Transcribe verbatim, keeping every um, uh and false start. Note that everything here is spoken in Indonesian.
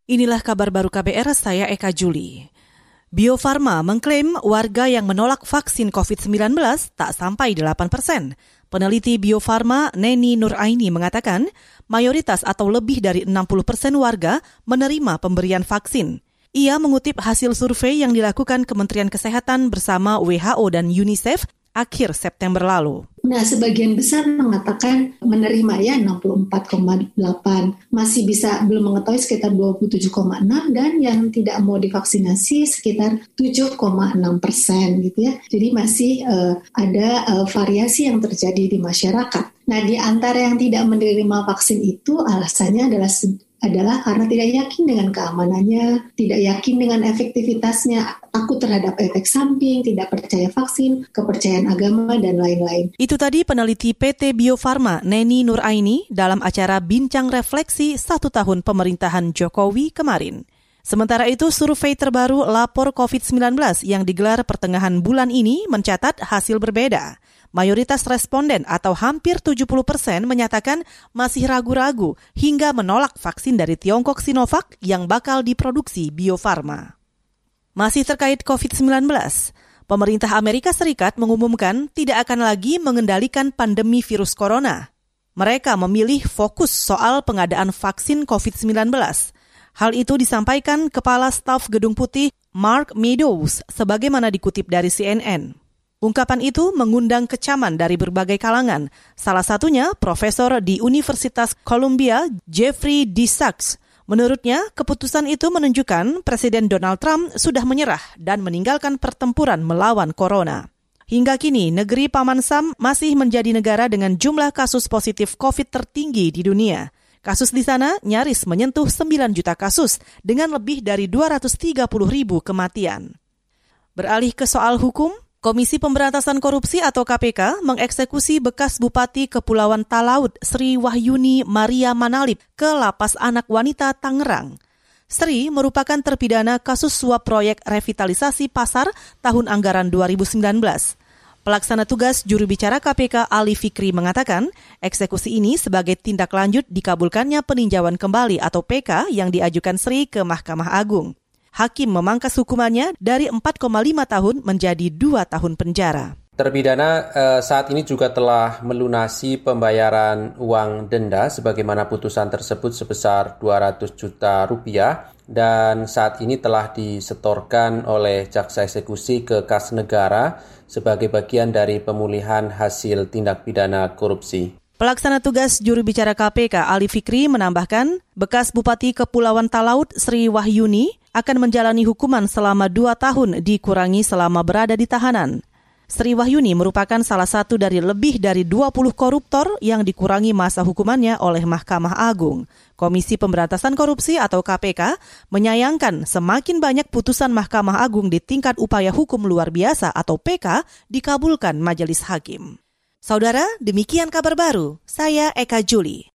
Inilah kabar baru K B R, saya Eka Juli. Bio Farma mengklaim warga yang menolak vaksin covid sembilan belas tak sampai delapan persen. Peneliti Bio Farma Neni Nuraini mengatakan mayoritas atau lebih dari enam puluh persen warga menerima pemberian vaksin. Ia mengutip hasil survei yang dilakukan Kementerian Kesehatan bersama W H O dan UNICEF akhir September lalu. Nah, sebagian besar mengatakan menerima ya enam puluh empat koma delapan, masih bisa belum mengetahui sekitar dua puluh tujuh koma enam dan yang tidak mau divaksinasi sekitar tujuh koma enam persen gitu ya. Jadi masih uh, ada uh, variasi yang terjadi di masyarakat. Nah, di antara yang tidak menerima vaksin itu alasannya adalah adalah karena tidak yakin dengan keamanannya, tidak yakin dengan efektivitasnya, takut terhadap efek samping, tidak percaya vaksin, kepercayaan agama, dan lain-lain. Itu tadi peneliti P T Bio Farma Neni Nuraini dalam acara Bincang Refleksi satu tahun pemerintahan Jokowi kemarin. Sementara itu, survei terbaru lapor covid sembilan belas yang digelar pertengahan bulan ini mencatat hasil berbeda. Mayoritas responden atau hampir tujuh puluh persen menyatakan masih ragu-ragu hingga menolak vaksin dari Tiongkok Sinovac yang bakal diproduksi Bio Farma. Masih terkait covid sembilan belas, pemerintah Amerika Serikat mengumumkan tidak akan lagi mengendalikan pandemi virus corona. Mereka memilih fokus soal pengadaan vaksin covid sembilan belas. Hal itu disampaikan Kepala Staf Gedung Putih Mark Meadows sebagaimana dikutip dari C N N. Ungkapan itu mengundang kecaman dari berbagai kalangan, salah satunya profesor di Universitas Columbia, Jeffrey D. Sachs. Menurutnya, keputusan itu menunjukkan Presiden Donald Trump sudah menyerah dan meninggalkan pertempuran melawan corona. Hingga kini, negeri Paman Sam masih menjadi negara dengan jumlah kasus positif COVID tertinggi di dunia. Kasus di sana nyaris menyentuh sembilan juta kasus dengan lebih dari dua ratus tiga puluh ribu kematian. Beralih ke soal hukum, Komisi Pemberantasan Korupsi atau K P K mengeksekusi bekas Bupati Kepulauan Talaud Sri Wahyuni Maria Manalip ke Lapas Anak Wanita Tangerang. Sri merupakan terpidana kasus suap proyek revitalisasi pasar tahun anggaran dua ribu sembilan belas. Pelaksana tugas juru bicara K P K Ali Fikri mengatakan, eksekusi ini sebagai tindak lanjut dikabulkannya peninjauan kembali atau P K yang diajukan Sri ke Mahkamah Agung. Hakim memangkas hukumannya dari empat koma lima tahun menjadi dua tahun penjara. Terpidana eh, saat ini juga telah melunasi pembayaran uang denda sebagaimana putusan tersebut sebesar dua ratus juta rupiah dan saat ini telah disetorkan oleh jaksa eksekusi ke kas negara sebagai bagian dari pemulihan hasil tindak pidana korupsi. Pelaksana tugas juru bicara K P K Ali Fikri menambahkan, bekas Bupati Kepulauan Talaud Sri Wahyuni akan menjalani hukuman selama dua tahun dikurangi selama berada di tahanan. Sri Wahyuni merupakan salah satu dari lebih dari dua puluh koruptor yang dikurangi masa hukumannya oleh Mahkamah Agung. Komisi Pemberantasan Korupsi atau K P K menyayangkan semakin banyak putusan Mahkamah Agung di tingkat upaya hukum luar biasa atau P K dikabulkan Majelis Hakim. Saudara, demikian kabar baru. Saya Eka Juli.